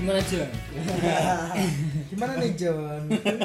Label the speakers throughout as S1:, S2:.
S1: Gimana John?
S2: Gimana nih John?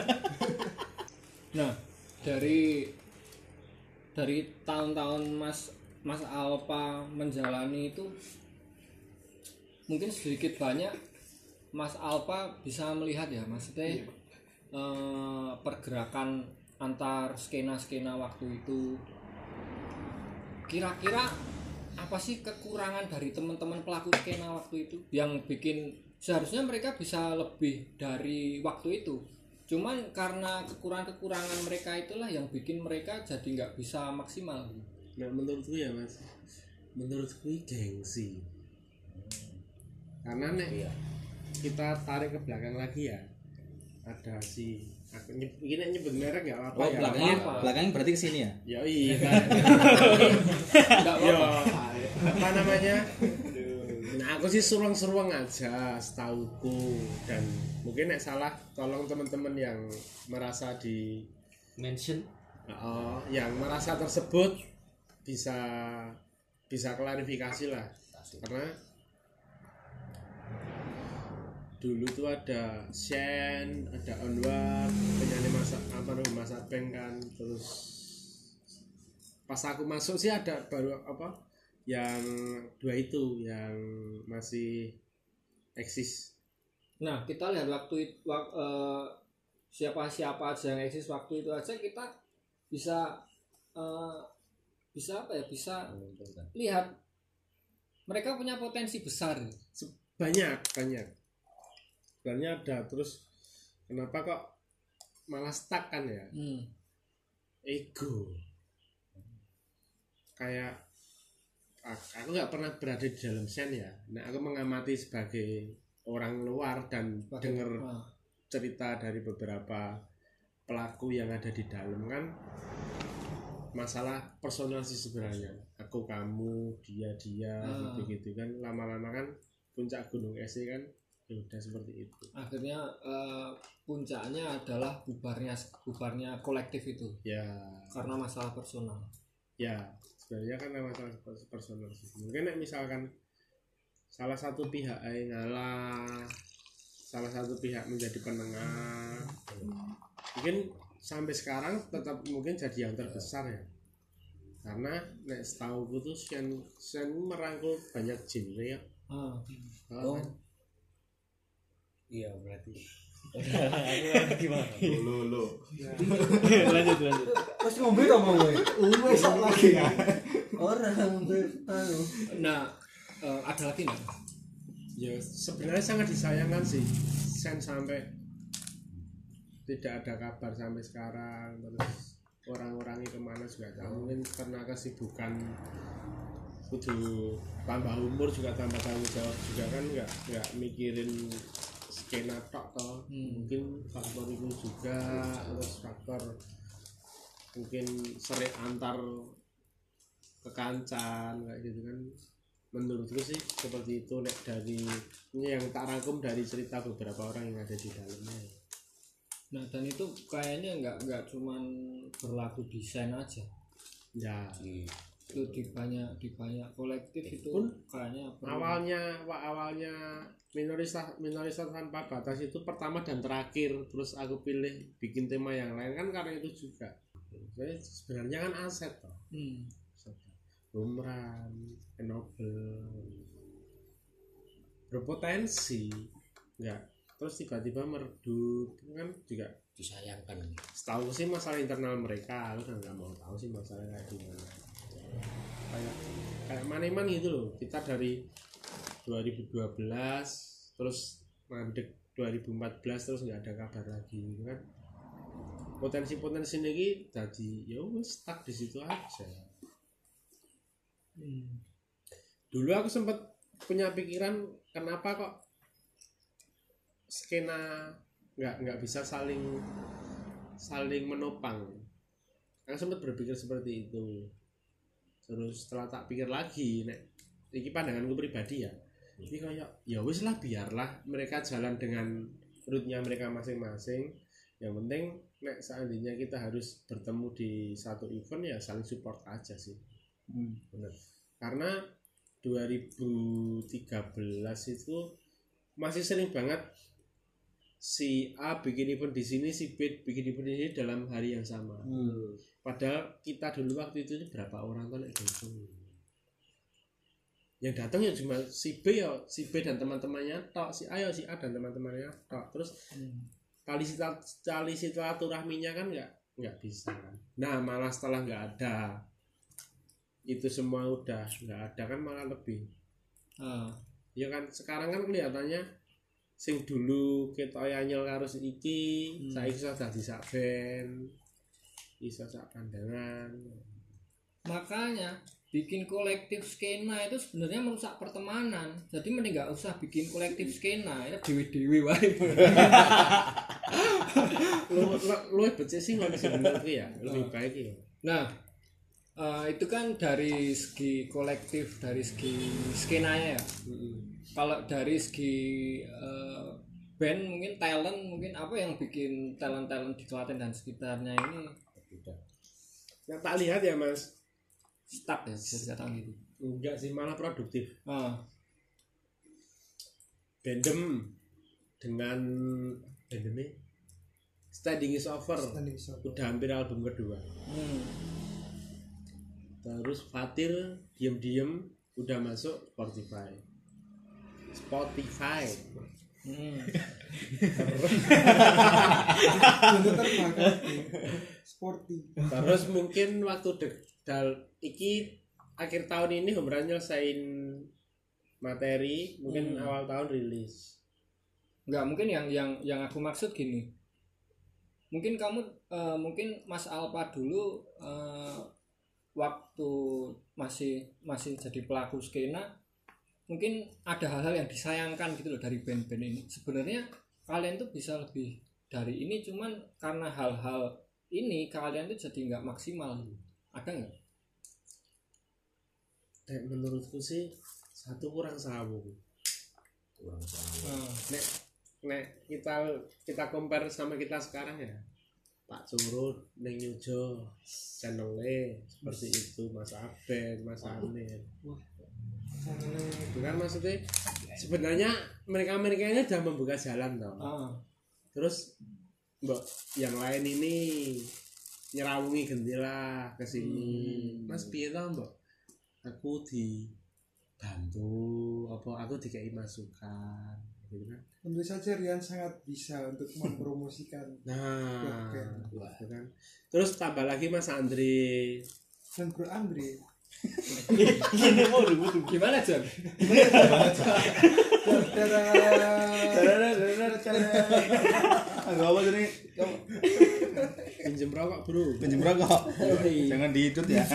S1: Nah, dari tahun-tahun Mas Alpa menjalani itu, mungkin sedikit banyak Mas Alpa bisa melihat ya, maksudnya pergerakan antar skena-skena waktu itu. Kira-kira apa sih kekurangan dari teman-teman pelaku skena waktu itu yang bikin seharusnya mereka bisa lebih dari waktu itu, cuman karena kekurangan mereka itulah yang bikin mereka jadi nggak bisa maksimal.
S3: Nah menurutku ya mas, menurutku ini gengsi. Karena nek kita tarik ke belakang lagi ya, ada si aku ini nyebut merek nggak apa-apa ya.
S4: Belakangnya berarti kesini ya?
S3: Ya iya kan.
S1: Nggak apa-apa.
S3: Apa namanya? Nah aku sih seruang-seruang aja setauku, dan mungkin nek salah tolong teman-teman yang merasa di
S4: Mention
S3: yang merasa tersebut bisa klarifikasi lah, karena dulu tuh ada Shen, ada Onward, penyanyi Mas Abeng kan. Terus pas aku masuk sih ada baru yang dua itu yang masih eksis.
S1: Nah, kita lihat siapa-siapa aja yang eksis waktu itu aja, kita bisa bisa lihat mereka punya potensi besar.
S3: Banyak sebenarnya ada. Terus kenapa kok malah stuck kan ya? Ego. Kayak aku nggak pernah berada di dalam scene ya. Nah aku mengamati sebagai orang luar dan dengar cerita dari beberapa pelaku yang ada di dalam, kan masalah personal sih sebenarnya. Aku, kamu, dia gitu kan. Lama-lama kan puncak gunung es kan ya udah seperti itu.
S1: Akhirnya puncaknya adalah bubarnya kolektif itu.
S3: Ya.
S1: Karena masalah personal.
S3: Ya, sebenarnya kan masalah personal sih. Mungkin misalkan salah satu pihak ngalah, salah satu pihak menjadi penengah, mungkin sampai sekarang tetap mungkin jadi yang terbesar ya. Karena nek setahu gue tuh Shen merangkul banyak genre ya.
S4: Iya berarti.
S5: Gimana? Lo.
S4: Lanjut.
S2: Terus ngombe to mau kowe? Wes lagi ya. Orang
S1: Nah, ada lagi nggak?
S3: Ya sebenarnya sangat disayangkan sih Shen sampai tidak ada kabar sampai sekarang. Terus orang-orangnya kemana juga tahu, mungkin karena kesibukan kudu tambah umur juga tambah tanggung jawab juga kan, nggak mikirin skena tok toh. Mungkin faktor itu juga, terus faktor mungkin sering antar kekancan kayak gitu kan. Menurutku sih seperti itu nek dari ini yang tak rangkum dari cerita beberapa orang yang ada di dalamnya.
S1: Nah, dan itu kayaknya nggak cuman berlaku desain aja.
S3: Ya.
S1: Itu di banyak kolektif itu
S3: pun
S1: kayaknya
S3: awalnya minoritas tanpa batas itu pertama dan terakhir, terus aku pilih bikin tema yang lain kan karena itu juga. Saya sebenarnya kan aset toh. Umran, Enoble berpotensi enggak, terus tiba-tiba meredup kan juga
S4: Disayangkan.
S3: setahu sih masalah internal mereka. Aku kan nggak mau tahu sih masalah kayak gimana. Kayak Maneman gitu loh, kita dari 2012 terus mandek 2014 terus nggak ada kabar lagi gitu kan. Potensi ini jadi ya wes stuck di situ aja. Dulu aku sempat punya pikiran kenapa kok skena nggak bisa saling menopang. Aku sempat berpikir seperti itu. Terus setelah tak pikir lagi, ini pandanganku pribadi ya. Ini kayak ya wis lah, biarlah mereka jalan dengan route-nya mereka masing-masing. Yang penting nek seandainya kita harus bertemu di satu event ya saling support aja sih. Benar. Karena 2013 itu masih sering banget si A bikin event di sini, si B bikin event di sini dalam hari yang sama. Padahal kita dulu waktu itu berapa orang tuh gitu. Yang datang ya cuma si B dan teman-temannya tok, si A si A dan teman-temannya tok. Terus tali silaturahminya kan nggak bisa kan. Nah malah setelah nggak ada itu semua udah nggak ada kan malah lebih. Ya kan sekarang kan kelihatannya sing dulu kita nyel karo iki saiki iso dadi sak band iso sak pandangan.
S1: Makanya bikin kolektif skena itu sebenarnya merusak pertemanan. Jadi mending nggak usah bikin kolektif skena, ya dewe-dewe wae.
S3: Lu becik sih nggak bisa bener ya, lebih baik ya.
S1: Nah, itu kan dari segi kolektif, dari segi skenanya ya. Kalau dari segi band mungkin talent, mungkin apa yang bikin talent di Klaten dan sekitarnya ini
S3: Yang tak lihat ya Mas,
S1: stuck ya bisa dikatakan gitu.
S3: enggak sih malah produktif. Bandem dengan bandemnya Standing is Over udah hampir album kedua. Terus Fatir diem udah masuk Spotify. Terus mungkin waktu iki akhir tahun ini Homran nyelesain materi, mungkin awal tahun rilis.
S1: Enggak, mungkin yang aku maksud gini. Mungkin kamu mungkin Mas Alpa dulu waktu masih jadi pelaku skena, mungkin ada hal-hal yang disayangkan gitu loh dari band-band ini. Sebenarnya kalian tuh bisa lebih dari ini, cuman karena hal-hal ini kalian tuh jadi nggak maksimal. Ada nggak?
S3: Menurutku sih satu kurang sambung. Nek kita compare sama kita sekarang ya, Pak Curut, Neng Yujo, channelnya seperti itu, Mas Aben, Mas Amir. Bukan maksudnya sebenarnya mereka ini sudah membuka jalan toh. Terus mbok yang lain ini nyerawungi gendela ke sini. Mas piye toh mbok? Aku dibantu apa aku dikei masukan gitu kan.
S2: Tentu saja Rian sangat bisa untuk mempromosikan.
S3: Nah, kan. Terus tambah lagi Mas Andre
S2: Dan Bro Andre.
S4: Ini mau dulu
S1: Gimana John?
S5: Enggak apa jadi
S3: pinjem rokok bro.
S5: pinjem rokok. Jangan diidut ya.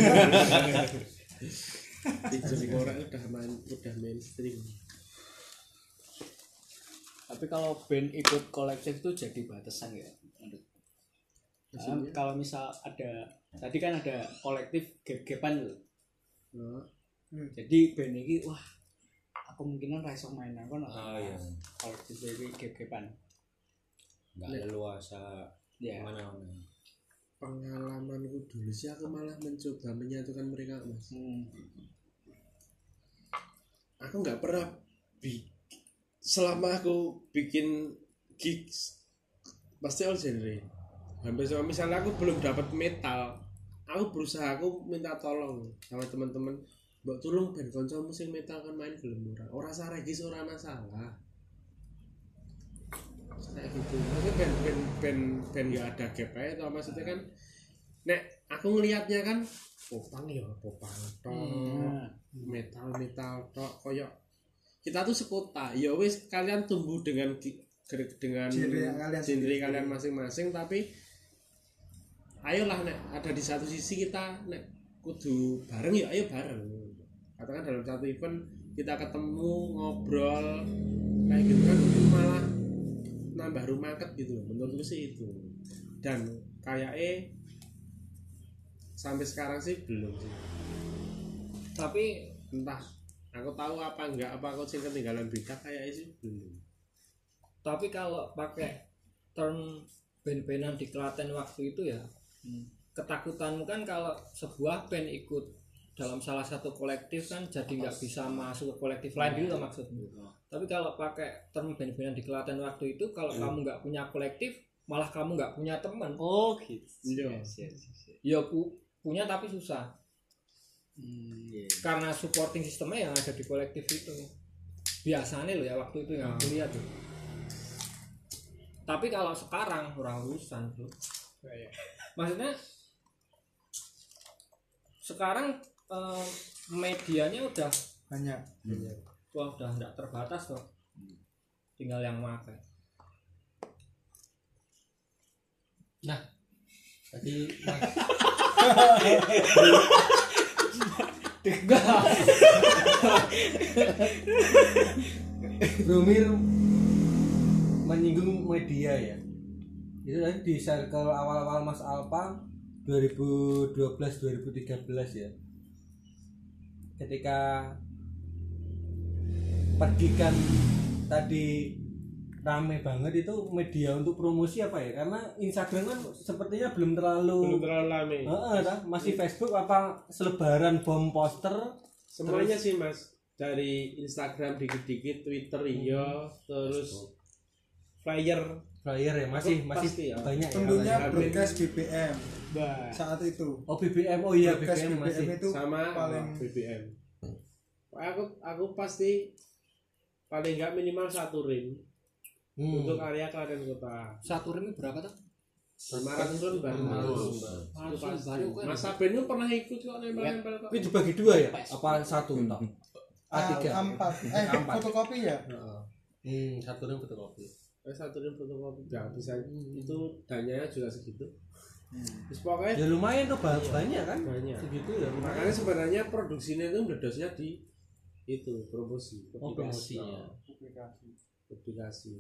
S3: Pinjem orang udah mainstream.
S4: Tapi kalau band ikut kolektif itu jadi batasan ya. Kalau misal ada tadi kan ada kolektif gap-gapan loh. Jadi band ini wah aku kemungkinan ra iso main aku
S5: Iya.
S4: kolektif iki gap-gapan.
S5: Enggak leluasa
S4: Ya.
S5: mana-mana.
S3: Pengalamanku dulu sih aku malah mencoba menyatukan mereka Mas. Aku nggak pernah selama aku bikin gigs pasti all genre. Hampir sama misalnya aku belum dapat metal, aku berusaha aku minta tolong sama teman-teman, mbok tolong band konco musik metal kan main gelem ora saregis ora masalah. Kayak gitu. Maksudnya band nggak ada gap aja tau maksudnya kan. Nek aku ngelihatnya kan popang ya popang tok. Metal tok koyo kita tuh sekota. Ya wis kalian tumbuh dengan genre kalian masing-masing tapi ayolah nek ada di satu sisi kita nek kudu bareng ya ayo bareng. Katakan dalam satu event kita ketemu ngobrol kayak gitu kan malah nambah rumaket gitu menurutku sih itu. Dan kayaknya sampai sekarang sih belum sih.
S1: Tapi
S3: Entah aku tahu apa enggak apa aku sih ketinggalan berita kayaknya sih belum.
S1: Tapi kalau pakai term band-bandan di Klaten waktu itu ya, ketakutanmu kan kalau sebuah band ikut dalam salah satu kolektif kan jadi nggak bisa masuk ke kolektif lain gitu loh maksudnya. Tapi kalau pakai term band-bandan di Klaten waktu itu, kalau kamu nggak punya kolektif, malah kamu nggak punya teman.
S4: Oh gitu.
S3: Iya.
S1: Ya punya tapi susah. Karena supporting sistemnya yang ada di kolektif itu. Biasanya loh ya waktu itu yang aku lihat tuh. Tapi kalau sekarang kurang urusan tuh. Maksudnya sekarang medianya udah
S2: banyak.
S1: wah udah nggak terbatas kok, tinggal yang makan.
S2: Nah, tadi Bromir menyinggung media ya. Itu tadi di circle awal-awal Mas Alpa 2012-2013 ya. Ketika pergikan tadi rame banget itu media untuk promosi apa ya? Karena Instagram kan sepertinya belum terlalu
S3: rame.
S2: masih Facebook apa selebaran bom poster
S3: Semuanya sih Mas, dari Instagram dikit-dikit, Twitter iya, terus flyer
S2: ya masih
S3: Pasti ya.
S2: banyak
S6: Tentunya
S2: ya.
S6: broadcast BBM
S4: Bah.
S6: saat itu.
S2: Oh BBM, oh iya
S6: Broadcast
S2: BBM masih.
S6: itu
S3: sama
S6: paling
S3: BBM. Aku pasti paling nggak minimal 1 rim untuk area Klaten Kota.
S1: Satu rim berapa tuh?
S3: 500 rim baru. Itu pasti.
S1: baru kan.
S3: Mas Saben itu pernah ikut kok nempel-nempel kok.
S2: Tapi dibagi dua ya? Apa satu entar? A3.
S6: A4 fotokopi ya.
S2: Satu rim fotokopi.
S3: 1 rim fotokopi nggak bisa itu dananya juga segitu. Terus pokoknya
S2: Ya lumayan tuh banyak kan?
S3: banyak.
S2: Segitu ya lumayan.
S3: Makanya sebenarnya produksinya itu mledosnya di itu promosi,
S2: Oh, promosi,
S3: publikasi.
S2: ya.
S3: Publikasi.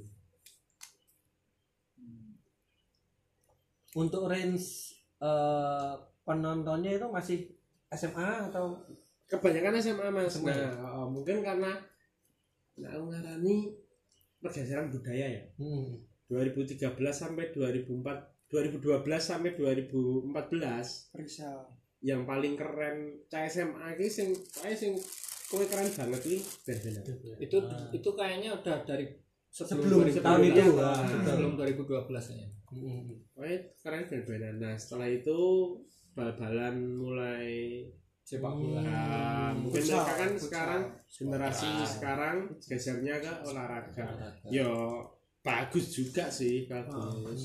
S2: Untuk range penontonnya itu masih SMA atau
S3: Kebanyakan SMA Mas.
S2: SMA, ya?
S3: Nah, mungkin karena aku ngarani pergeseran budaya ya. 2013 sampai 2012 sampai 2014
S6: Perisa.
S3: yang paling keren SMA iki sing kowe keren banget iki band-bandan.
S1: Itu kayaknya udah dari
S2: Sebelum
S1: 2012,
S2: tahun itu,
S1: sebelum 2012 ya.
S3: Kowe keren band-bandan. Nah, setelah itu bal-balan mulai
S1: Sepak bola.
S3: Nah, mungkin
S6: Futsal,
S3: mereka kan
S6: futsal.
S3: sekarang generasi sekarang gesernya ke olahraga. Yo bagus juga sih, bagus.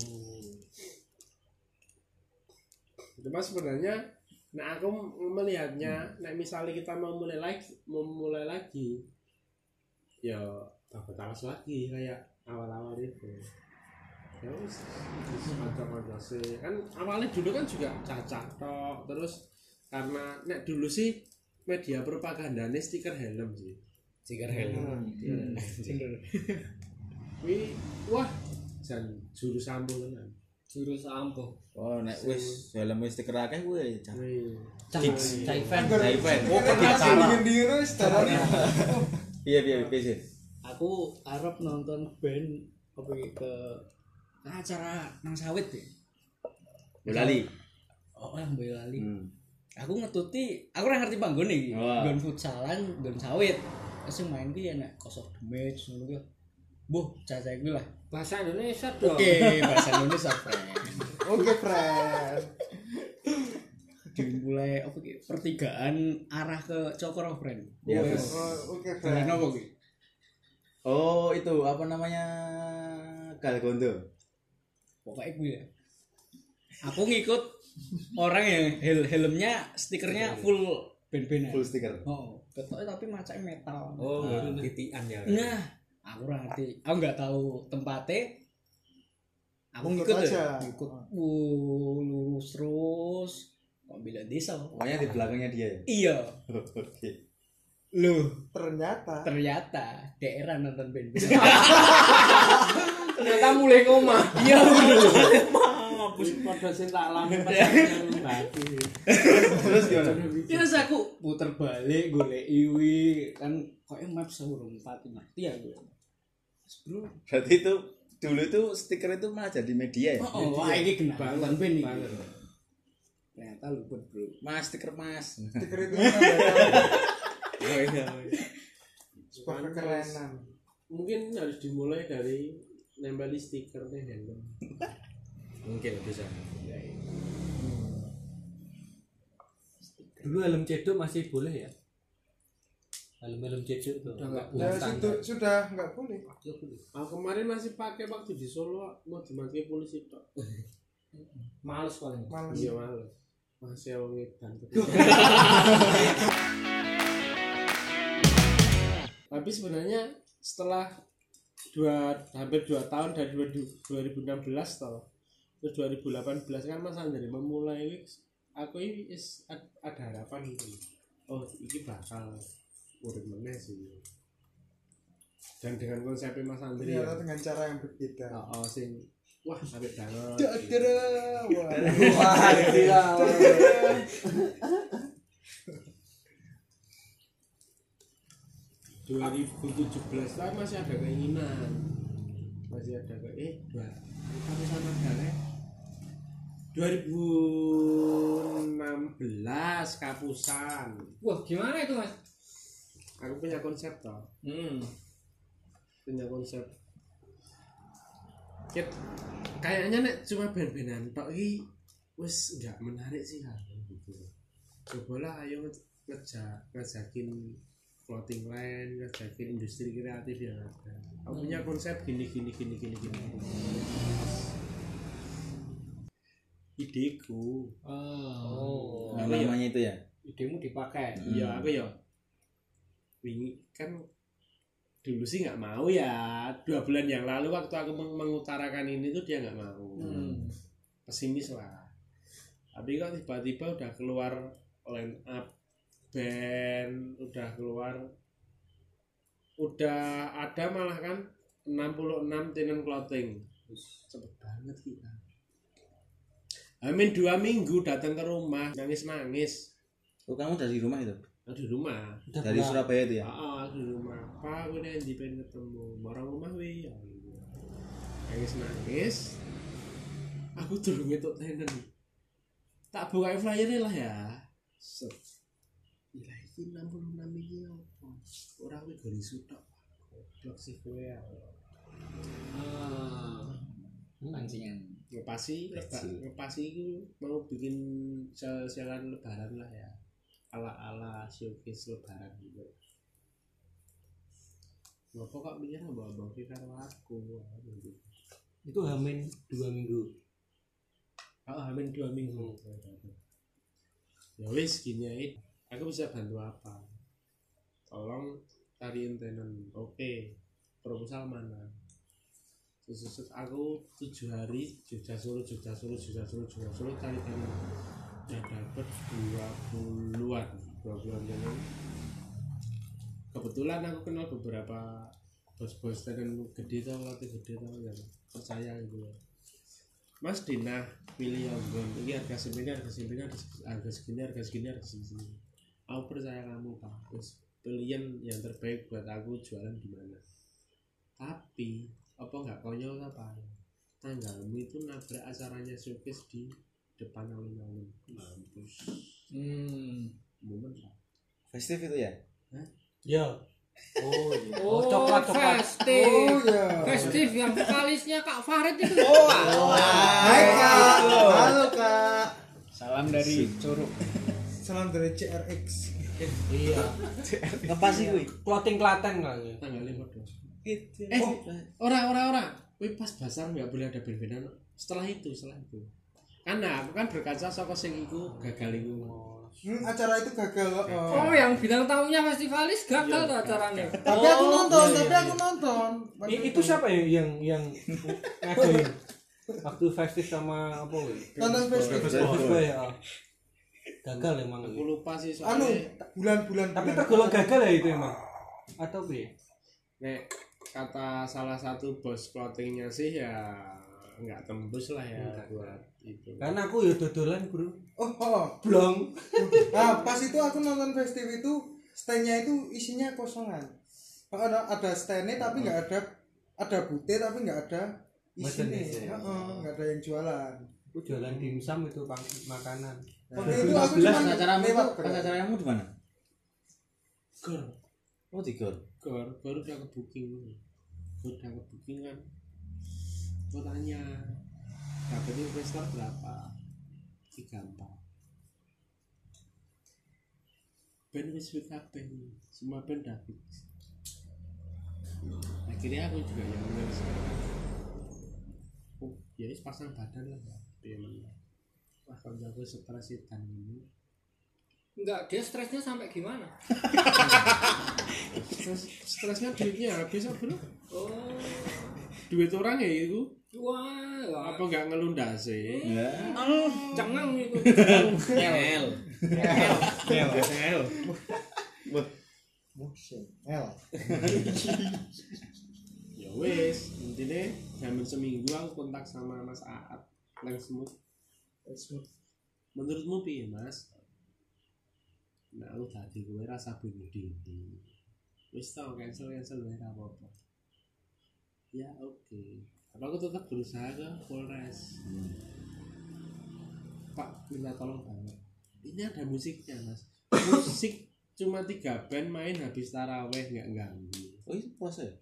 S3: Cuma sebenarnya nah aku melihatnya misalnya kita mau mulai lagi ya bagus lagi kayak awal-awal itu. Ya wis kanca-kanca sih. Kan awalnya dulu kan juga cacah tok, terus karena nek dulu sih media propagandanya stiker helm sih.
S5: Stiker helm.
S3: Wih, wah, jan juru sampo tenan.
S1: Juru sampo.
S5: Oh, nek wis helm wis stiker akeh kuwi.
S3: Wih.
S2: Cai fan.
S5: Oh,
S6: Dingin-dingin wis darane.
S5: Iya, sih.
S4: Aku arep nonton band apa ke acara nang sawit ya.
S5: Bolali.
S4: Oh, yang Boyolali. Aku ngetuti, aku ora ngerti panggone iki.
S5: Wah.
S4: Nggon futsalan, nggon sawit. Terus yang main ki enak kosok demit ngono ki. Buh, caca kuwi lah.
S1: Bahasa Indonesia dong.
S4: Oke, bahasa Indonesia, friend.
S6: Oke, friend.
S4: Dimulai apa ki? Pertigaan arah ke Cokro, friend.
S5: Iya,
S4: Wes.
S6: Oke,
S4: Jalan
S6: friend.
S4: apa ki?
S5: Oh, itu apa namanya? Galgondo.
S4: Pokoknya gue ya. Aku ngikut orang yang helmnya stikernya full band-bandan.
S5: Full stiker.
S4: Oh, ketoknya tapi macamnya metal.
S1: Oh, titian ya.
S4: Nah, aku ora ngerti. Aku nggak tahu tempatnya. Aku
S6: Ikut
S4: ngikut
S6: aja.
S4: ya. Ngikut. Lurus terus. Kok bilang desa?
S5: Pokoknya di belakangnya dia ya.
S4: Iya.
S5: Oke.
S4: Loh,
S6: Ternyata
S4: ternyata daerah nonton band.
S1: Ternyata mulai ngomah.
S4: Iya,
S1: Mampus pada sing tak alami pas mati.
S5: Terus gimana?
S4: terus aku puter balik golek iwi kan kok maps urung pati ngerti ya gue. Bro,
S5: Berarti itu dulu itu stiker itu malah jadi media ya?
S4: oh, ini kena nonton band iki. Ternyata luput, Bro.
S5: Mas stiker Mas.
S6: Stiker itu menandakan
S3: Oh iya.
S6: sebuah kekerenan.
S3: Mungkin harus dimulai dari nempeli stiker nih helm. Mungkin bisa.
S2: Dulu helm cedok masih boleh ya. Helm cedok tuh.
S1: Udah nggak
S6: Ya sudah nggak boleh.
S3: Aku kemarin masih pakai waktu di Solo mau dimaki polisi tok.
S1: Males paling.
S6: Males.
S3: Iya malu. Masih wong edan. Tapi sebenarnya setelah hampir 2 tahun dari 2016 toh terus 2018 kan Mas Andri memulai aku ini ada harapan gitu. Oh ini bakal urip meneh sih. Dan dengan konsepnya Mas Andri
S6: Ternyata dengan cara yang berbeda.
S3: sing wah apik banget.
S6: Dadara, wah.
S2: Wah, gila.
S3: 2017 lah masih ada keinginan, masih ada kami sama Galek 2016 kapusan.
S1: Wah, gimana itu, Mas?
S3: Aku punya konsep toh, punya konsep. Kayaknya nek cuma band-bandan tok iki wis enggak menarik sih kan gitu. Cobalah ayo ngajakin clothing line, ngajakin industri kreatif yang ada. Aku punya konsep gini. Ideku.
S2: Oh.
S5: Namanya itu ya.
S2: Idemu dipakai.
S3: Iya, aku ya. Wingi kan dulu sih nggak mau ya. 2 bulan yang lalu waktu aku mengutarakan ini tuh dia nggak mau. Pesimis lah. Tapi kok tiba-tiba udah keluar line up band, udah ada malah kan 66 tenant clothing. Cepet banget kita. Amin 2 minggu datang ke rumah nangis.
S5: Oh, kamu dari rumah itu?
S3: Di rumah.
S5: Dari Surabaya itu ya?
S3: Di rumah. Pak, aku udah pengen ketemu. Marang rumah wi. Nangis. Aku durung ngetuk tenant. Tak buka flyer lah ya. Set. Gila iki 66 iki opo? Ora kuwi gori sutok. Goblok sih kowe ya.
S4: Pancingan.
S3: Ngepasi itu mau bikin sel-selan lebaran lah ya. Ala-ala showcase lebaran gitu. Ngapa kok mikir mbak karo aku?
S2: Itu hamin 2 minggu.
S3: Hamin 2 minggu. Ya wis gini aja. Aku bisa bantu apa? Tolong cariin tenant. Oke. Proposal mana? Susut aku 7 hari Jogja Solo cari tenant. Ya dapat 20-an tenant. Kebetulan aku kenal beberapa bos-bos tenant gede yang percaya gitu ya. Mas Dina pilih Yonggon ini harga segini. Aku percaya kamu Pak. Terus pilihan yang terbaik buat aku jualan di mana. Tapi apa nggak konyol apa? Tanggalmu itu nabrak acaranya showcase di depan alun-alun. Mampus. Momen Pak.
S5: Festif itu ya?
S2: Ya. Oh, iya.
S1: Oh,
S2: coklat.
S1: Festif.
S6: Oh ya.
S1: Festif yang vokalisnya Kak Farid itu.
S6: Hai Kak. Halo Kak.
S4: Salam dari Curug.
S6: Salam dari CRX.
S2: Iya.
S5: Apa sih kuwi?
S2: Clothing Klaten kan.
S3: Tanggal 5
S5: Gitu.
S3: Ora. Wih pas basar nggak boleh ada band-bandan. Setelah itu. Karena aku kan berkaca saka sing iku gagal iku.
S6: Acara itu gagal.
S1: Oh, yang bintang tamunya festivalis gagal tuh acaranya.
S6: Tapi aku nonton.
S2: Itu siapa ya yang ngadain? Waktu festif sama apa weh?
S6: Nonton festif.
S2: Ya. Gagal emang.
S3: Aku lupa sih
S6: Anu,
S3: soalnya.
S6: bulan-bulan.
S2: Tapi tergolong gagal ya itu emang. Atau piye?
S3: Nek kata salah satu bos clothingnya sih ya nggak tembus lah ya buat itu.
S2: Karena aku ya dodolan, Bro.
S6: Oh.
S2: Blong.
S6: Nah, pas itu aku nonton festif itu stand-nya itu isinya kosongan. Ada stand-nya tapi nggak ada bute tapi nggak ada isinya. Nggak ada yang jualan.
S2: Aku jualan dimsum itu makanan.
S6: Waktu itu aku cuma
S5: Pas acaramu itu,
S6: lewat
S5: pas acaramu di mana?
S3: Gor
S5: Oh di Gor.
S3: udah ke booking. Gor udah ke booking kan. Gue tanya dapetnya investor berapa? 34. Band wis kabeh semua band dapet. Akhirnya aku juga yang menyelesaikan. Oh, ya wis pasang badan lah ya. Wah kalau aku stres dan ini.
S1: Enggak, dia stresnya sampai gimana?
S3: Stresnya duitnya habis bro.
S1: Oh,
S3: Duit orang ya itu.
S1: wah,
S3: Apa enggak ngelundasi?
S5: Ya.
S1: cengang itu.
S4: L.
S6: motion L.
S3: Ya wis, intinya jamin seminggu aku kontak sama Mas Aat nang semut. Menurutmu piye, Mas? Nah, aku tadi gue rasa bunuh diri. Wis tau cancel wae ra apa-apa. Ya oke. Tapi aku tetap berusaha ke Polres. Pak, minta tolong banget. Ini ada musiknya, Mas. Musik cuma 3 band main habis taraweh nggak ganggu.
S5: Oh itu puasa ya?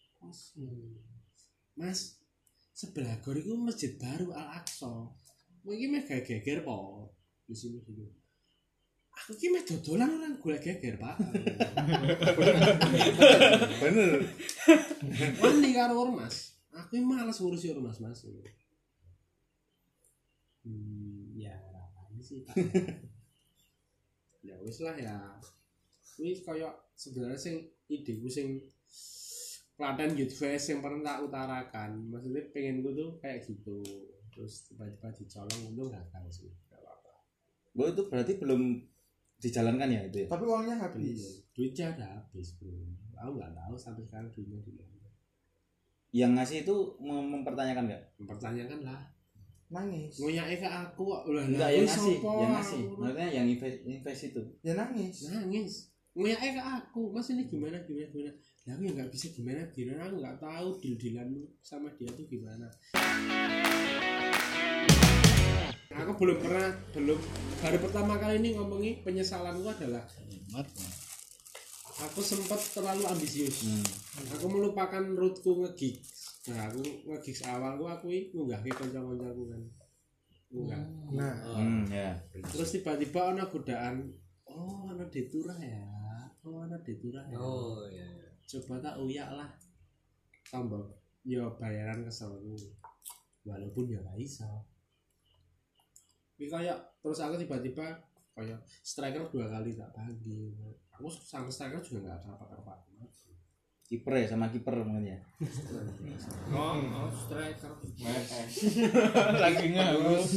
S3: Mas, sebelah gor itu masjid baru Al Aqsa. Mungkin meh geger po di sini gitu. Aku ki meh dodolan orang golek geger, Pak.
S5: Bener.
S3: Wani karo ormas. Aku ki males ngurusi ormas, Mas. Ya apa sih, Pak. Ya wis lah ya. Wis kaya sebenarnya sing ideku sing Klaten Youth Fest yang pernah tak utarakan. Maksudnya pengen gue tuh kayak gitu. Terus tiba-tiba dicolong untung gagal sih. Gak apa-apa.
S5: Bo itu berarti belum dijalankan ya itu ya?
S6: Tapi uangnya habis.
S3: Duitnya udah habis bro. Aku nggak tahu sampai sekarang duitnya di mana.
S5: Yang ngasih itu mempertanyakan nggak?
S3: Mempertanyakan lah.
S6: Nangis.
S3: Ngoyake ke aku kok ulah
S5: Enggak, yang ngasih, yang ngasih. Maksudnya yang invest itu.
S6: Ya nangis.
S3: Nangis. Ngoyake ke aku. Mas ini gimana. Lah aku ya nggak bisa gimana. Aku nggak tahu deal-dealanmu sama dia tuh gimana. Aku belum baru pertama kali ini ngomongi penyesalanku adalah aku sempat terlalu ambisius. Aku melupakan rootku nge-gigs. Nah, aku nge-gigs awal aku ngunggahke kanca-kancaku kan. Ngunggah.
S6: Nah,
S5: Ya.
S3: Terus tiba-tiba ana godaan, oh ana deturah ya. Oh iya. Coba tak uyak lah. Tambah yo bayaran keselku. Walaupun ya gak iso. Tapi kayak terus aku tiba-tiba kayak striker 2 kali tak panggil. Aku sama striker juga gak apa-apa.
S5: Kiper ya sama kiper mungkin ya.
S1: Oh, striker.
S4: Lagi ngawus.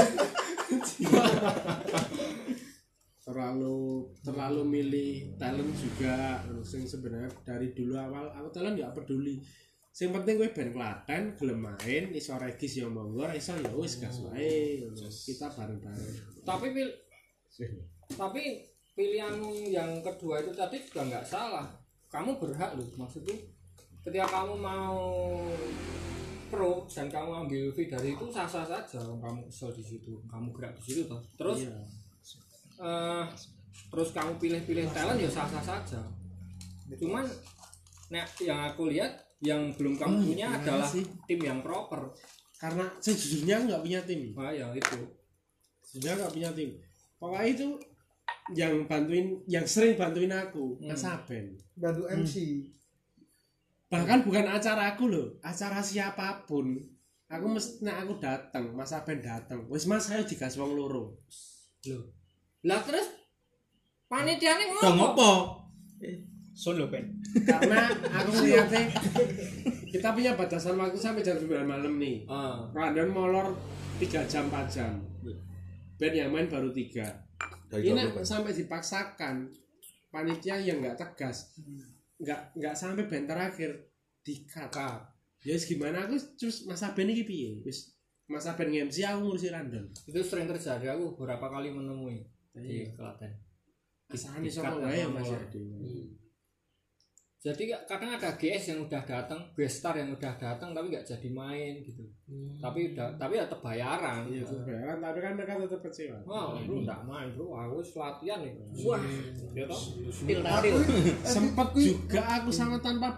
S3: terlalu milih talent juga. Sing sebenarnya dari dulu awal aku talent nggak peduli. Sing penting gue band Klaten gelem main iso regis ya monggo, iso ya wis gas wae. Kita bareng-bareng.
S1: Tapi pilihanmu yang kedua itu tadi juga nggak salah. Kamu berhak loh, maksudnya ketika kamu mau pro dan kamu ambil fee dari itu sah-sah saja. Kamu kesel di situ, kamu gerak di situ toh. Terus terus kamu pilih-pilih talent ya sah-sah saja. Cuman nah yang aku lihat yang belum kamu punya adalah tim yang proper.
S3: Karena sejujurnya aku nggak punya tim.
S1: Wah ya itu.
S3: Sejujurnya nggak punya tim. Pokoknya itu yang sering bantuin aku Mas Aben.
S6: bantu MC.
S3: Bahkan bukan acara aku loh, acara siapapun. Aku aku datang, Mas Aben datang. Wis Mas saya digas wong loro.
S1: Loh. Lah terus panitiane
S4: Dong
S1: ngopo?
S4: apa? Solo Ben.
S3: Karena aku ngeliatnya kita punya batasan waktu sampai jam 9 malam nih. Random molor 3 jam 4 jam. Band yang main baru 3. Ini sampai dipaksakan panitia yang nggak tegas, nggak sampai band terakhir di-cut. Ya gimana aku terus Mas Aben ini piye? Wis Mas Aben nge-MC aku ngurusi random.
S1: Itu sering terjadi, aku beberapa kali menemui di Klaten.
S3: Kisahane sapa wae Mas Ade.
S1: Jadi kadang ada GS yang udah datang, guest star yang udah datang tapi nggak jadi main gitu. Tapi tetap bayaran.
S3: Iya, bayaran tapi kan mereka tetap kecewa.
S1: Wah, lu nggak main bro, aku latihan nih. Wah, gitu.
S3: Sempat juga aku sama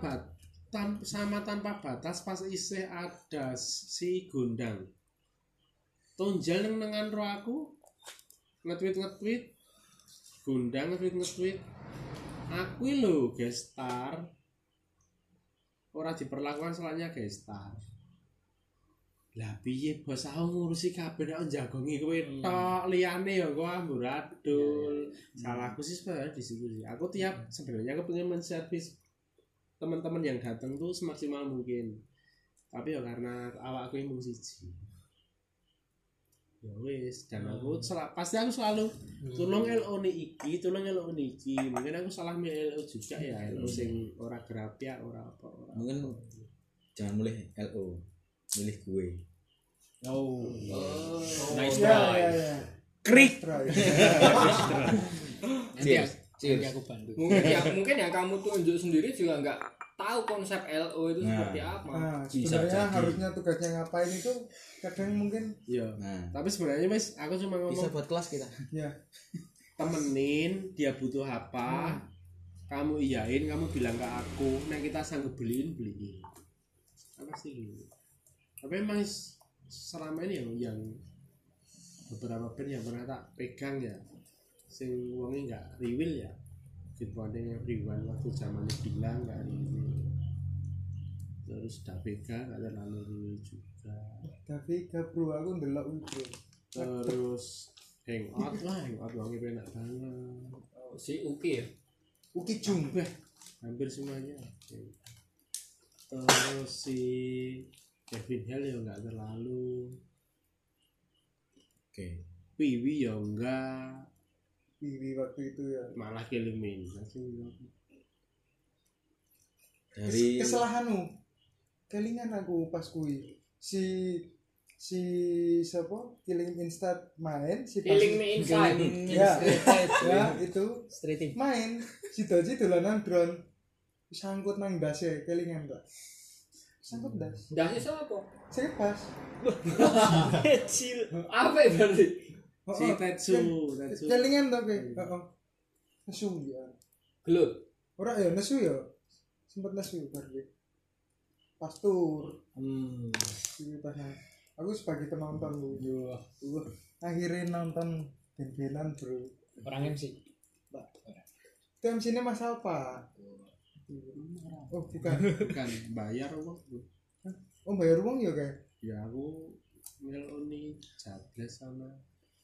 S3: tanpa batas pas isih ada si Gundang. Tonjal yang nengan ro aku nge-tweet Gundang nge-tweet aku lho guest star ora diperlakukan selanya guest star. Lah piye bos aku ngurusi kabeh nek jagongi kowe tok liyane ya kok amburadul. Salahku sih sebenarnya di situ sih. Aku sebenarnya aku pengen menservis teman-teman yang datang tuh semaksimal mungkin. Tapi ya karena awakku mung siji. Ya wis, dan aku pasti aku selalu tolong LO iki, mungkin aku salah milih LO juga ya, LO sing ora grapya, ora apa.
S5: Mungkin jangan milih LO, milih gue.
S1: Nice
S6: Ya.
S3: Krik.
S4: Nanti aku bantu.
S1: Mungkin ya kamu tunjuk sendiri juga nggak tahu konsep LO itu seperti apa.
S6: Nah,
S5: Bisa
S6: sebenarnya
S5: jadi.
S6: harusnya tugasnya ngapain itu kadang mungkin
S3: Iya.
S5: Nah,
S3: Tapi sebenarnya Mas, aku cuma
S4: Bisa
S3: ngomong
S4: buat kelas kita.
S6: ya
S3: temenin dia butuh apa, kamu iyain, kamu bilang ke aku, nah kita sanggup beliin. Apa sih gitu. Tapi emang selama ini yang beberapa band yang pernah tak pegang ya, sing wongnya nggak riwil ya, Fitbanding everyone waktu zamannya bilang nggak riwil, terus Davega nggak terlalu riwil juga,
S6: tapi bro aku ndelok bro.
S3: terus hangout wongnya enak banget,
S1: Si Uki ya.
S6: Uki Jung.
S3: hampir semuanya. Terus si Kevin Hale ya nggak terlalu,
S5: oke.
S3: Wiwi ya enggak,
S6: Wiwi waktu itu ya.
S3: malah Killing Me langsung
S5: Dari
S6: Kesalahanmu. Kelingan aku pas kui. Si siapa? Killing Instant main si pas-
S1: Killing Me Inside.
S6: Ya, ya itu
S4: Straight
S6: main si Doji dolanan drone sangkut nang dase kelingan kok. Sangkut das.
S1: Dasi siapa?
S6: Saya pas.
S4: kecil.
S1: Apa ya berarti?
S3: si Tetsu.
S6: Kelingan to ke. Heeh. Nesu ya.
S1: Gelut.
S6: Ora ya nesu ya. Sempet nesu berarti. Pastur. Ini pas aku sebagai penonton lu. Akhirnya nonton ben-benan bro.
S4: Orang MC.
S6: Itu MC-nya Mas Alpa. Oh bukan.
S3: Bukan bayar kok.
S6: Oh bayar uang ya kayak.
S3: Ya aku ngeloni Jablas sama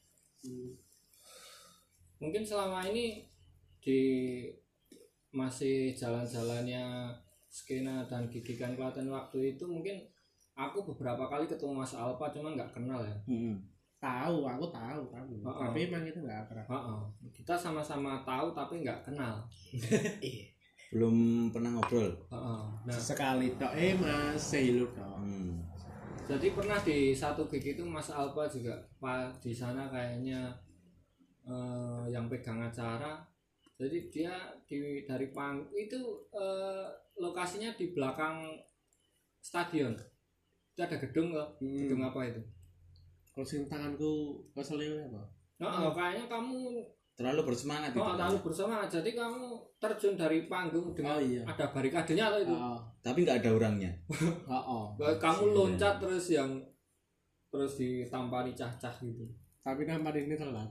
S1: Mungkin selama ini di masih jalan-jalannya skena dan gigikan Klaten waktu itu mungkin aku beberapa kali ketemu Mas Alpa cuma nggak kenal ya.
S3: tahu, aku tahu. Tapi emang itu nggak akrab.
S1: Kita sama-sama tahu tapi nggak kenal.
S5: belum pernah ngobrol.
S1: Nah,
S3: Sekali tok Mas, say hello tok.
S1: jadi pernah di satu gig itu Mas Alpa juga di sana kayaknya yang pegang acara. Jadi dia dari panggung itu lokasinya di belakang stadion. Itu ada gedung kok. Gedung apa itu?
S3: Kalau sing tanganku kesel apa?
S1: Kayaknya kamu
S5: Terlalu bersemangat itu.
S1: terlalu bersama. Jadi kamu terjun dari panggung dengan
S3: iya.
S1: ada barikadenya atau itu.
S5: Tapi nggak ada orangnya.
S1: Kamu loncat terus ditampari cah-cah gitu.
S3: Tapi nampak ini telat.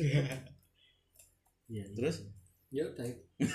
S3: Iya.
S5: Terus
S1: Ya udah.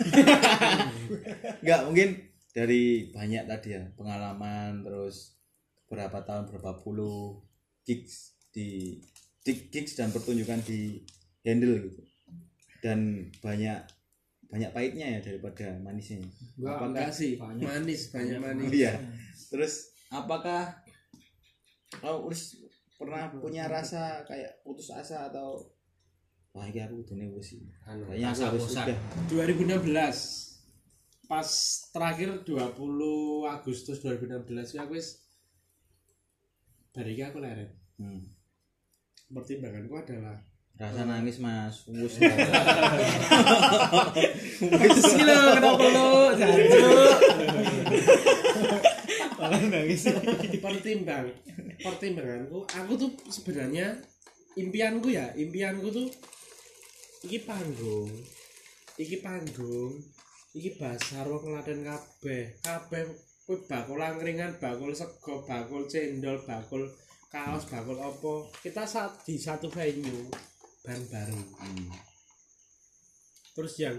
S5: nggak mungkin dari banyak tadi ya pengalaman, terus berapa tahun berapa puluh gigs dan pertunjukan di handle gitu, dan banyak pahitnya ya daripada manisnya.
S3: Enggak sih,
S1: banyak.
S3: banyak manis.
S5: Iya. Terus apakah Uris pernah punya rasa kayak putus asa atau wah ini aku udah wis sih. Kayaknya aku harus sudah.
S3: 2016 pas terakhir 20 Agustus 2016 ya aku wis bariki aku leren. Pertimbanganku adalah
S5: Rasa nangis Mas. Wis.
S4: Iki lho kenapa lho? Jancuk. Malah nangis.
S3: Pertimbanganku, aku tuh sebenarnya impianku tuh iki panggung, iki basar wong Klaten kabeh kuwi bakul angkringan, bakul sego, bakul cendol, bakul kaos, bakul opo, kita di satu venue bareng-bareng. Terus yang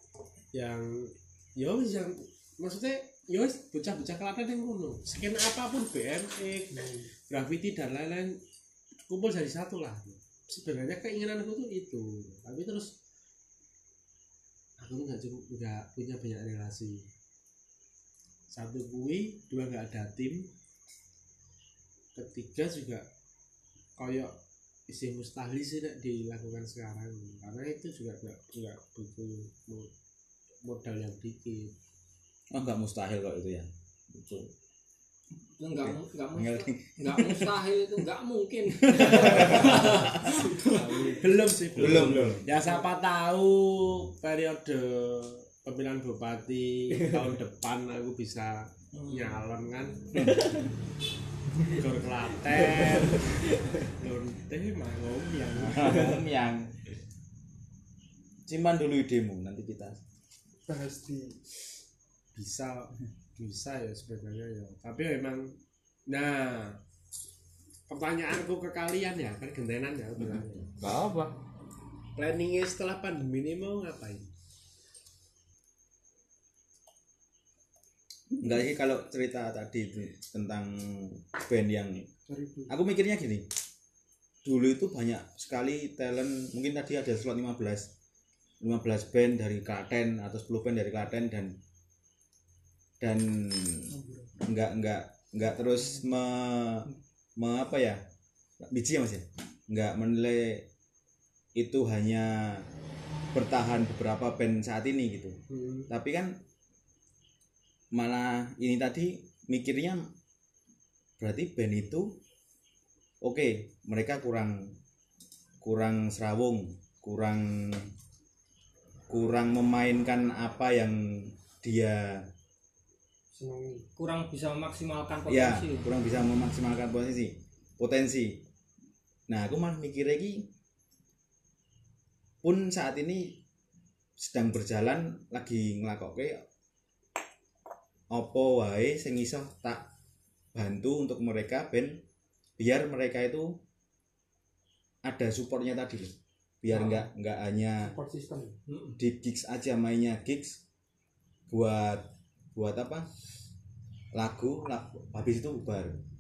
S3: maksudnya bocah-bocah Klaten yang ngono, skena apapun BMX, graffiti dan lain-lain kumpul jadi satu lah. Sebenarnya keinginanku tuh itu, tapi terus aku tuh nggak punya banyak relasi. Satu kui, dua nggak ada tim, ketiga juga koyok isi mustahil sih tidak dilakukan sekarang, karena itu juga nggak butuh modal yang dikit.
S5: Oh enggak mustahil kok itu ya. Itu.
S1: Enggak mustahil itu enggak mungkin.
S3: Belum sih.
S5: Belum.
S3: Ya siapa tahu periode pemilihan bupati tahun depan aku bisa nyalon kan. Gor Klaten. Lonte
S5: yang simpan dulu idemu, nanti kita
S6: bahas di
S3: bisa ya sebenarnya ya, tapi memang pertanyaanku ke kalian ya kan gentenan ya bilangnya
S4: Apa?
S3: planningnya setelah pandemi ini mau ngapain?
S5: enggak sih kalau cerita tadi itu tentang band yang aku mikirnya gini, dulu itu banyak sekali talent, mungkin tadi ada slot 15 band dari Klaten atau 10 band dari Klaten dan enggak terus apa ya, biji ya Mas ya, enggak menilai itu hanya bertahan beberapa band saat ini gitu. Tapi kan malah ini tadi mikirnya berarti band itu oke, mereka kurang serawung, kurang memainkan apa yang dia
S1: Kurang bisa memaksimalkan
S5: ya,
S1: potensi.
S5: kurang bisa memaksimalkan potensi. Nah, aku malah mikir lagi pun saat ini sedang berjalan lagi ngelakoke opo wae sing iso tak bantu untuk mereka band biar mereka itu ada supportnya tadi loh, biar nggak hanya
S6: support system
S5: di gigs aja, mainnya gigs buat apa lagu habis itu bubar.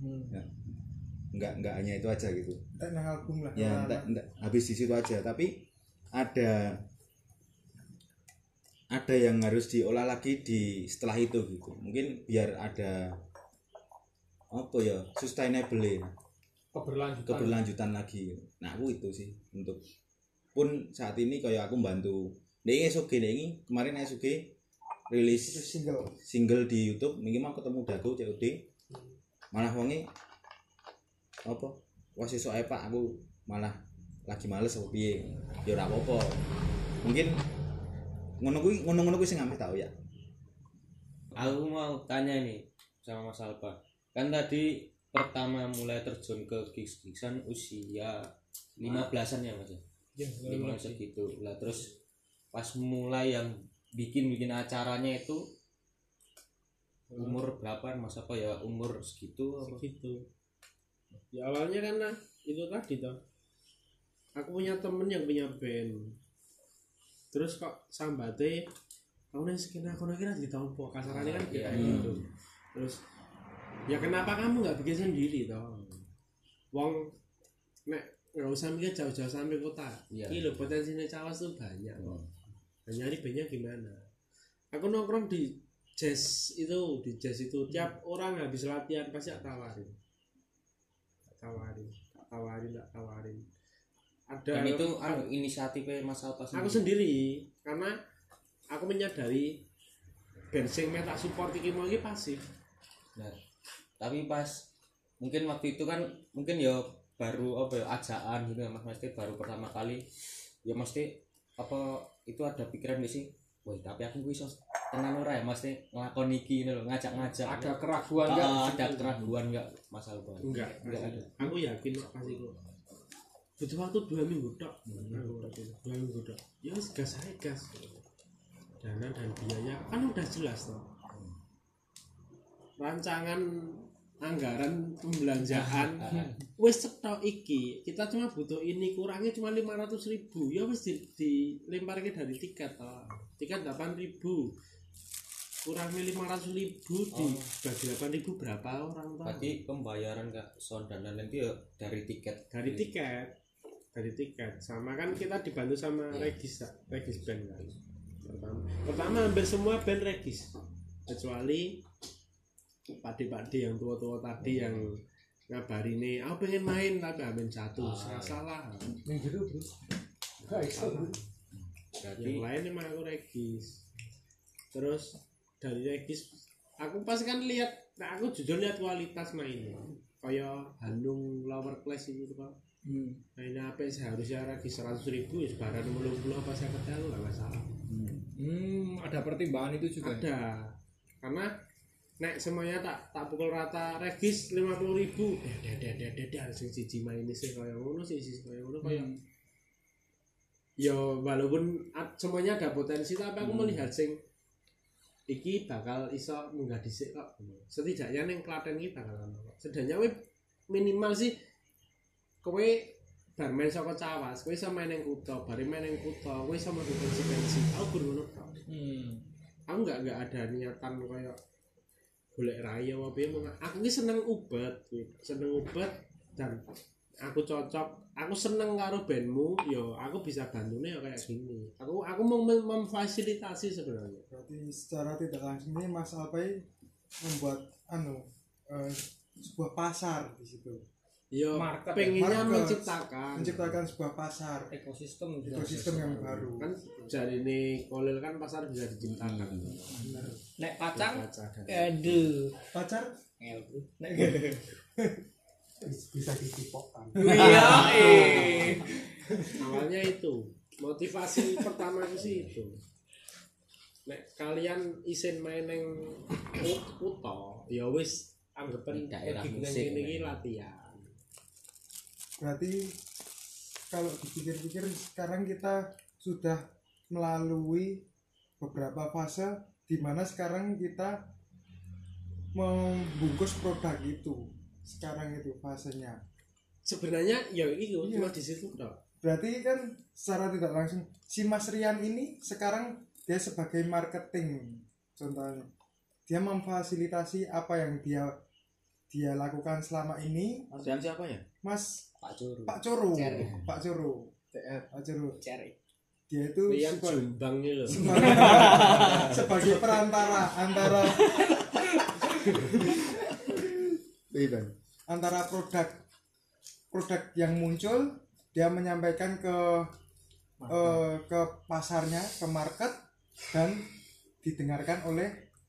S5: Nggak hanya itu aja gitu
S6: nang album lah
S5: ya, enggak habis di situ aja, tapi ada yang harus diolah lagi di setelah itu gitu, mungkin biar ada apa ya, sustainable, keberlanjutan lagi. Nah aku itu sih, untuk pun saat ini kayak aku bantu ini kemarin SOG rilis single di YouTube, mungkin mau ketemu Dago COD malah wonge apa wes esuk ae Pak, aku malah lagi males apa piye ya ora apa-apa, mungkin ngono kuwi sing ameh tau ya.
S7: Aku mau tanya nih sama Mas Alba, kan tadi pertama mulai terjun ke gigs-gigsan usia 15-an ya Mas ya, 15 segitu lah, terus pas mulai yang bikin acaranya itu umur berapa Mas, apa ya umur segitu
S3: Ya awalnya karena itu tadi toh, aku punya temen yang punya band, terus kok sambate kamu nih skena aku kira ditompo kasarannya kan gitu. Terus ya kenapa kamu nggak bikin sendiri toh, wong nek nggak usah mikir jauh-jauh sampai kota, ini loh potensinya cawas tuh banyak kok. Nyari bandnya gimana? Aku nongkrong di jazz itu tiap orang habis latihan pasti tak tawarin. Ada.
S7: Dan itu inisiatifnya Mas Alba sendiri.
S3: Aku sendiri, karena aku menyadari band sing tak support iki mau iki pasif.
S7: Nah, tapi pas mungkin waktu itu kan mungkin ya baru apa ya ajaan gitu ya Mas, mesti baru pertama kali ya mesti apa itu ada pikiran gak sih, wah tapi aku bisa tenan ora ya mesti ngelakon iki lho, ngajak-ngajak
S1: Ada keraguan enggak?
S7: ada keraguan enggak Mas Alba?
S3: Enggak
S7: ada.
S3: aku yakin kok pasti kok butuh waktu 2 minggu tok. 2 minggu tok ya wis gas ae gas, dana dan biaya kan udah jelas toh, rancangan anggaran pembelanjaan wis cetok iki kita cuma butuh ini, kurangnya cuma 500.000 ya wis dilemparke dari tiket toh, tiket 8.000 kurangnya 500.000 dibagi 8.000 berapa orang toh?
S7: Berarti pembayaran Kak sound dan lain-lain itu ya dari tiket.
S3: Dari tiket sama kan kita dibantu sama Regis band kan. Pertama hampir semua band Regis kecuali Padi yang tua-tua tadi yang ngabari nih aku pengen main tapi amin jatuh salah
S2: yang gitu bro
S3: yang lain emang aku Regis. Terus dari Regis aku pas kan lihat, nah aku jujur lihat kualitas mainnya kayak Hanung Lower Class itu kan mainnya apa seharusnya Regis 100.000 ya sebaran 50 apa 50 lu gak masalah.
S1: Ada pertimbangan itu juga.
S3: Ada karena nek semuanya tak pukul rata Regis 50.000 harus siji main sih kayak ngono sih kayak ngono kayak ya walaupun semuanya ada potensi tapi aku melihat sing iki bakal iso munggah dhisik kok. Setidaknya ning Klaten iki bakal ono. Setidaknya we minimal sih kowe bar main saka Cawas, kowe iso main ning kutha, bar main ning kutha, kowe iso mlebu pensi. Aku gur ngono tok. Aku enggak ada niatan kayak golek raya apa piye, aku ki seneng ubat dan aku cocok, aku seneng karo bandmu, yo aku bisa bantune ya kayak gini. Aku mau memfasilitasi sebenarnya.
S6: Berarti secara tidak langsung ini Mas Alpai membuat sebuah pasar di situ.
S3: Yo
S1: Market,
S3: pengennya
S6: market.
S3: menciptakan
S6: Sebuah pasar,
S1: ekosistem
S6: yang baru.
S3: kan jadi ini Kolil kan pasar bisa diciptakan.
S1: nek pacang
S3: Baca dan-
S1: aduh
S6: Pacar
S1: nek
S2: bisa ditipokkan.
S1: iya
S3: Awalnya itu motivasi pertama sih itu. Nek kalian isin main neng kutha, ya wis anggapan
S7: Daerah
S3: lagi
S7: musik,
S3: ini
S7: ya.
S3: latihan.
S6: berarti kalau dipikir-pikir sekarang kita sudah melalui beberapa fase di mana sekarang kita membungkus produk itu. Sekarang itu fasenya.
S3: Sebenarnya ya itu
S6: Iya.
S3: cuma di situ toh.
S6: Berarti kan secara tidak langsung si Mas Rian ini sekarang dia sebagai marketing contohnya. Dia memfasilitasi apa yang dia lakukan selama ini.
S5: Dan siapa ya?
S6: Mas
S7: Pak Curu.
S6: Pak Coro.
S1: cari
S6: Dia itu
S3: Yang Jombang ini loh.
S6: sebagai perantara antara produk yang muncul, dia menyampaikan ke pasarnya, ke market, dan didengarkan oleh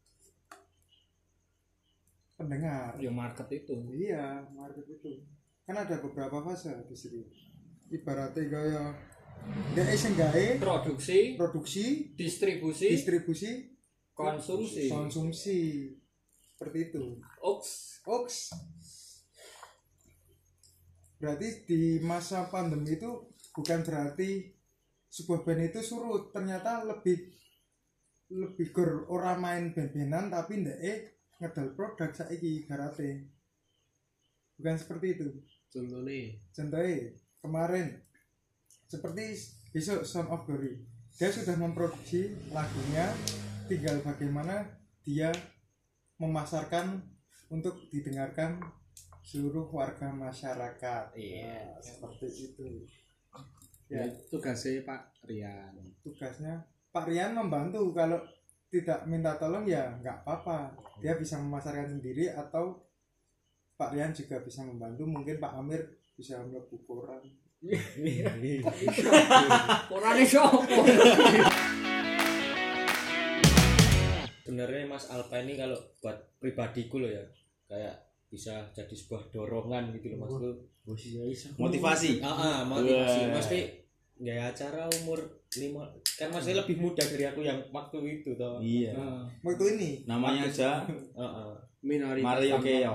S6: pendengar.
S1: ya market itu
S6: Iya, market itu kan ada beberapa fase di situ. Ibaratnya kayak dia sing gawe produksi, distribusi, konsumsi seperti itu. Oks. Berarti di masa pandemi itu bukan berarti sebuah band itu surut, ternyata lebih gur ora main band-bandan tapi ndeke ngedal produk saiki ibarate. Bukan seperti itu. Contohnya kemarin seperti besok Sound of Glory, dia sudah memproduksi lagunya, tinggal bagaimana dia memasarkan untuk didengarkan seluruh warga masyarakat.
S1: Iya.
S6: Seperti itu.
S3: Ya, tugasnya Pak Rian.
S6: Tugasnya Pak Rian membantu, kalau tidak minta tolong ya nggak apa-apa, dia bisa memasarkan sendiri, atau Pak Rian juga bisa membantu, mungkin Pak Amir bisa mlebu koran.
S1: orangnya sopo
S7: Sebenarnya Mas Alpa ini kalau buat pribadiku loh ya, kayak bisa jadi sebuah dorongan gitu loh maksudku.
S5: Motivasi.
S7: Motivasi.
S5: Wah.
S7: Mesti nggak acara umur 5 kan masih lebih muda dari aku yang waktu itu toh.
S5: Iya.
S6: Waktu ini
S5: Namanya aja
S3: minoritas
S5: Mario Keo.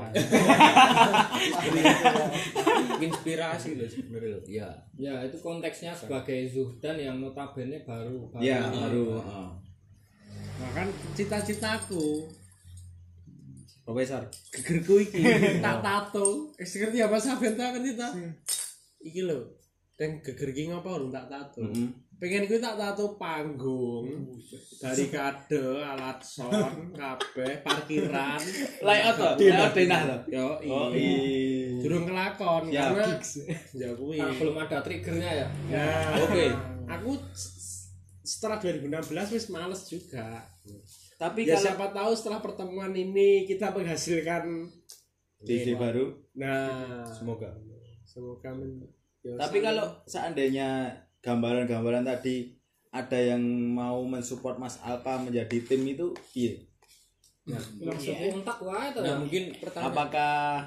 S7: Inspirasi loh sebenarnya loh. Iya.
S1: Ya itu konteksnya sebagai Zuhdan yang notabene baru.
S5: Iya, baru.
S3: Nah kan cita-citaku
S5: Profesor.
S3: gegerku iki tak tato. Ngerti apa Saben ta kan kita? Iki lho. Dan geger iki ngapa urung tak tato? Pengen kuwi tak tato panggung dari kade, alat sound, kabeh, parkiran,
S5: Layout to, layout denah to.
S3: yo
S5: Oh,
S3: iya. Durung kelakon
S5: Ya,
S3: karena ya kuwi.
S1: Belum ada triggernya ya.
S3: Ya,
S7: Oke.
S3: Aku setelah 2016 wis males juga.
S5: Tapi
S3: Ya
S5: kalau
S3: siapa tahu setelah pertemuan ini kita menghasilkan
S5: ide baru.
S3: nah
S7: Semoga.
S3: ya,
S5: Tapi kalau seandainya gambaran-gambaran tadi ada yang mau mensupport Mas Alpa menjadi tim itu, iya.
S1: Langsung kontak wae to.
S7: Nah, mungkin pertanyaan
S5: Apakah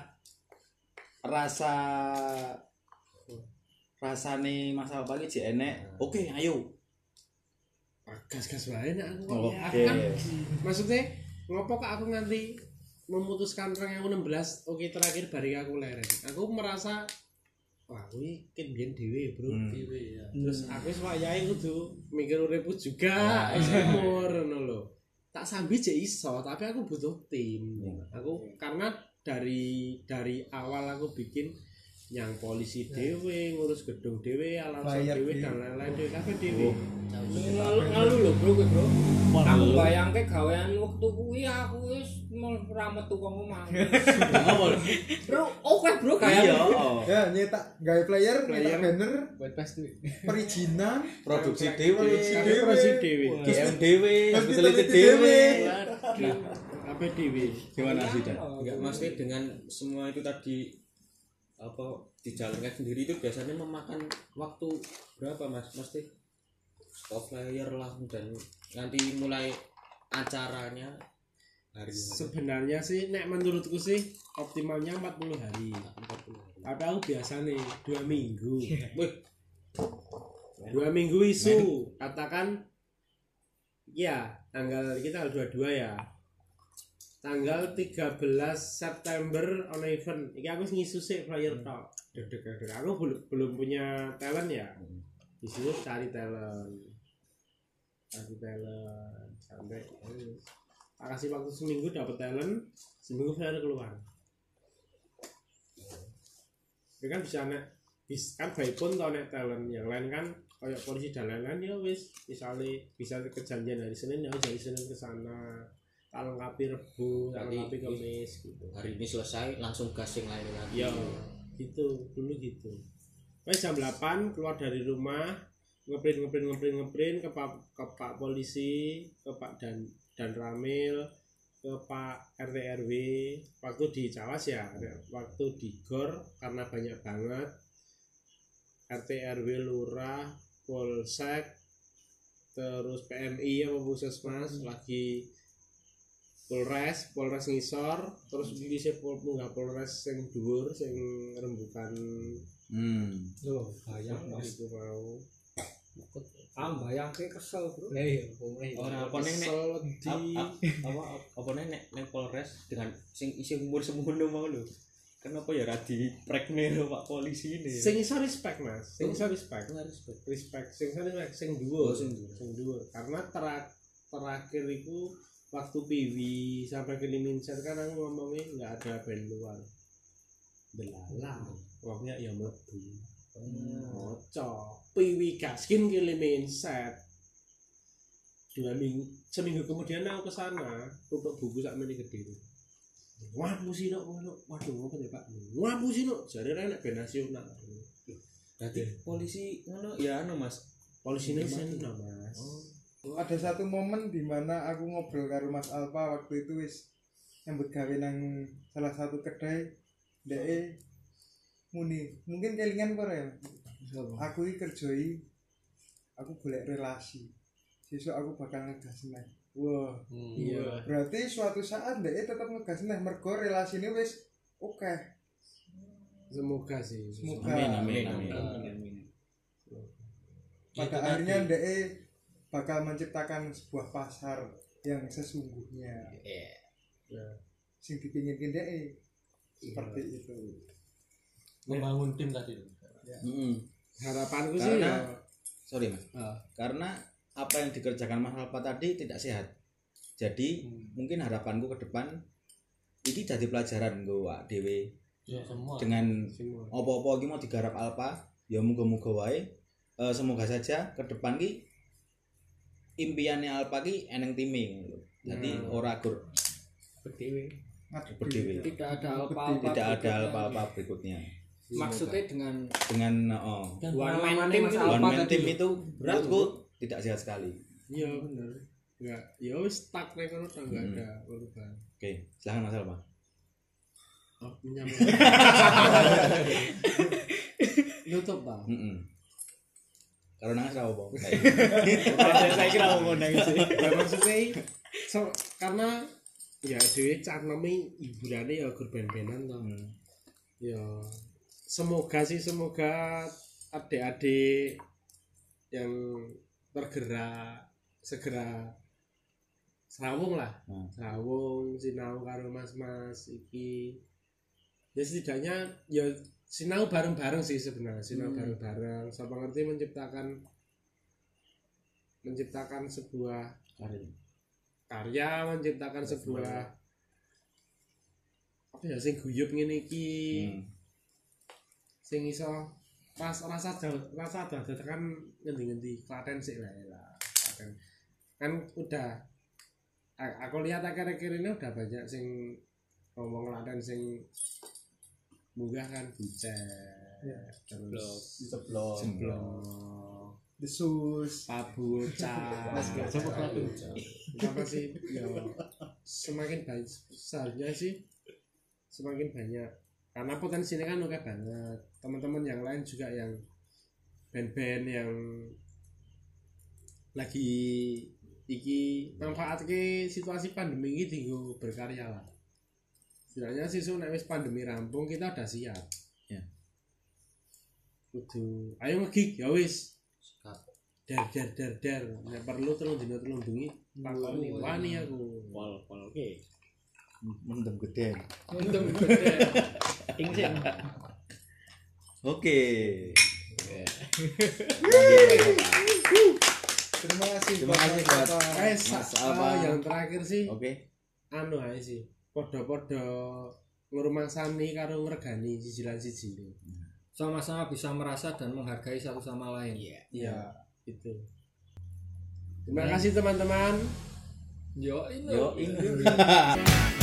S5: rasane Mas Alpa iki jek enek? Oke, ayo.
S3: gas-gas wae nek aku.
S5: Oke.
S3: Aku kan maksudnya ngopo kok aku nganti memutuskan 2016 oke terakhir bari aku leren. Aku merasa wah kuwi ken biyen dhewe bro dhewe ya. Terus aku wis wayahe kudu mikir uripku juga umur ngono lho. Tak sambi jek iso, tapi aku butuh tim. Aku karena dari awal aku bikin yang polisi dhewe, ngurus gedung dhewe, alat dhewe dan lain-lain dhewe kabeh dhewe.
S1: Lalu lho bro kuwi bro. Aku bayangke gawean wektu kuwi aku wis ora metu kok omah. Bro, oke bro
S5: Iya.
S1: kayak
S6: ya nyetak gawe player, nyetak banner,
S4: buat pasti.
S6: perizinan,
S5: Produksi dhewe,
S3: Produksi dhewe.
S5: GM dhewe,
S6: hospitality
S5: hospitality dhewe.
S3: Kabeh dhewe.
S5: Gimana sih, Dan?
S7: enggak mesti dengan semua itu tadi apa dijalankan sendiri itu biasanya memakan waktu berapa Mas? Mesti stop flyer lah dan nanti mulai acaranya hari
S3: Sebenarnya sih nek menurutku sih optimalnya 40 hari.
S7: 40 hari.
S3: Tapi aku biasa nih 2 minggu.
S7: Wih,
S3: 2 minggu isu. Katakan ya, tanggal kita 22 ya. Tanggal 13 September on event. Iki aku ngisu sih flyer tok. Deg-deg. Aku belum punya talent ya. Di situ cari talent. Sampai tak kasih waktu seminggu dapat talent, seminggu flyer keluar. Ini kan bisa kan baik pun tau nek talent yang lain kan kayak polisi dan lain-lain ya wis misalnya bisa kejanjian hari Senin ya dari Senin ke sana. Tak lengkapi Rebu, tak lengkapi Kamis gitu.
S7: hari ini selesai langsung gas yang lain lagi.
S3: Ya, gitu, dulu gitu. Wes jam 8 keluar dari rumah, ngeprint ke Pak Polisi, ke Pak dan Ramil, ke Pak RT RW. Waktu di Cawas ya, waktu di GOR karena banyak banget. RT RW Lurah, Polsek, terus PMI apa Puskesmas lagi Polres ngisor, terus bisa munggah Polres sing dhuwur sing rembukan
S1: Loh, bayang Mas.
S3: itu mau.
S1: Bayangke kesel bro.
S4: Lah iya, mulai.
S7: Ora apa nek apa nek Polres dengan sing isi umur semono mau lho. Kenapa ya ra diprekne lho Pak polisi ini.
S3: Sing iso respect Mas, sing iso respect. Sing iso respect sing dhuwur, sing dhuwur. Karena terakhir itu waktu Piwi sampai ke Liminset kan aku ngomongnya nggak ada band luar. Belalang, uangnya ya mlebu. Ngocok. Piwi gaskin ke Liminset. Seminggu kemudian aku ke sana, tutup buku sak meni gede. Wah, musik nok, waduh ngopo ya Pak? Wah, musik nok, jare enak band nasional.
S7: Berarti polisi ngono ya anu Mas.
S3: Polisi nasional Mas.
S6: ada satu momen di mana aku ngobrol karo Mas Alpa waktu itu wis nyambut gawe nang salah satu kedai ndek muni mungkin kelingan apa ya aku iki kerjoi aku golek relasi sesuk aku bakal ngegas neh wah
S3: Iya.
S6: berarti suatu saat ndek tetep ngegas neh mergo relasine wis Oke.
S3: Semoga sih.
S6: Semoga.
S5: Amin.
S6: Pada akhirnya DE bakal menciptakan sebuah pasar yang sesungguhnya.
S3: Ya.
S6: Sing dipinginkan DE seperti itu.
S2: Membangun tim tadi.
S3: Harapanku sih
S5: Karena-
S3: ya
S5: Sorry Mas. Karena apa yang dikerjakan Mas Alpa tadi tidak sehat. Jadi mungkin harapanku ke depan ini jadi pelajaran gue dhewe
S2: Ya semua.
S5: dengan
S3: semua.
S5: apa-apa iki mau digarap Alpa, ya muga-muga wae semoga saja ke depan ki impiannya Alpa ki eneng time ngono. Jadi ora gur
S3: Berdiri.
S5: berdhewe.
S1: Tidak ada apa-apa.
S5: Tidak ada
S1: berikutnya.
S5: apa-apa berikutnya.
S1: Maksudnya dengan
S5: Dengan
S1: one man team itu
S5: one man
S1: tadi?
S5: team itu menurutku tidak sehat sekali.
S3: Iya benar. Enggak, ya wis stuck nek kono tak enggak ada perubahan.
S5: Oke, silakan Mas Alpa.
S3: Oh, menyambung. Nutup ta.
S5: Karena nangis ra apa.
S4: Saya kira mau nangis sih.
S3: Ya maksudnya karena ya dhewe caneme hiburane ya gur ben-benan to. Ya semoga adik-adik yang tergerak segera serawung lah. Serawung sinau karo mas-mas iki. Ya setidaknya ya sinau bareng-bareng sih sebenarnya, sinau bareng-bareng. Siapa ngerti menciptakan sebuah karya, menciptakan sebuah apa ya sing guyub ngene iki. Sing iso rasa kan ngendi-ngendi Klaten sik lah ya. Klaten. Kan udah aku lihat akhir-akhir ini udah banyak sing ngomong Klaten sing munggah kan bucet.
S6: Ya.
S3: Terus
S5: Jeblok.
S6: Desus.
S3: Pabuca. Apa sih? Ya semakin banyak seharusnya sih semakin banyak karena potensinya kan oke banget. Teman-teman yang lain juga yang band-band yang lagi iki manfaatke situasi pandemi ini tinggal berkarya lah. Sebenarnya sih nek wis pandemi rampung kita udah siap.
S5: Ya.
S3: Kudu ayo ngegig ya wis. Der. Nek perlu telung dina telung bengi takoni wani aku.
S4: Pol oke.
S5: Mendem gede.
S1: Untung gede.
S5: Oke.
S6: Terima kasih
S5: Terima kasih buat
S3: Mas
S5: apa?
S3: yang terakhir sih
S5: Oke.
S3: anu ae sih. Padha-padha ngrumangsani karo ngregani siji-siji.
S1: Sama-sama bisa merasa dan menghargai satu sama lain.
S3: Iya, itu. Terima kasih teman-teman.
S1: Yo ini.
S5: Yo, ini.